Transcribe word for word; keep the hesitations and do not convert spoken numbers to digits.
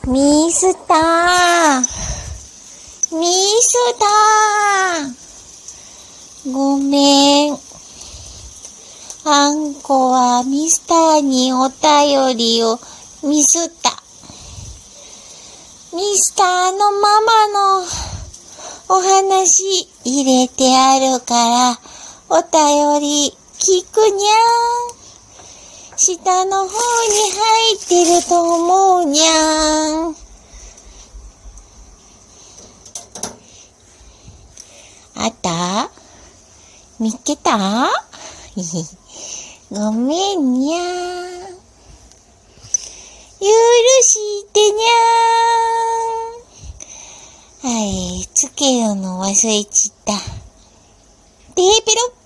ミスター。ミスター。ごめん。あんこはミスターにお便りをミスった。ミスターのママのお話入れてあるからお便り聞くにゃー。下の方に入ってると思うにゃん。あった見っけたごめんにゃー。許してにゃー。はい、つけるの忘れちった。てへぺろ。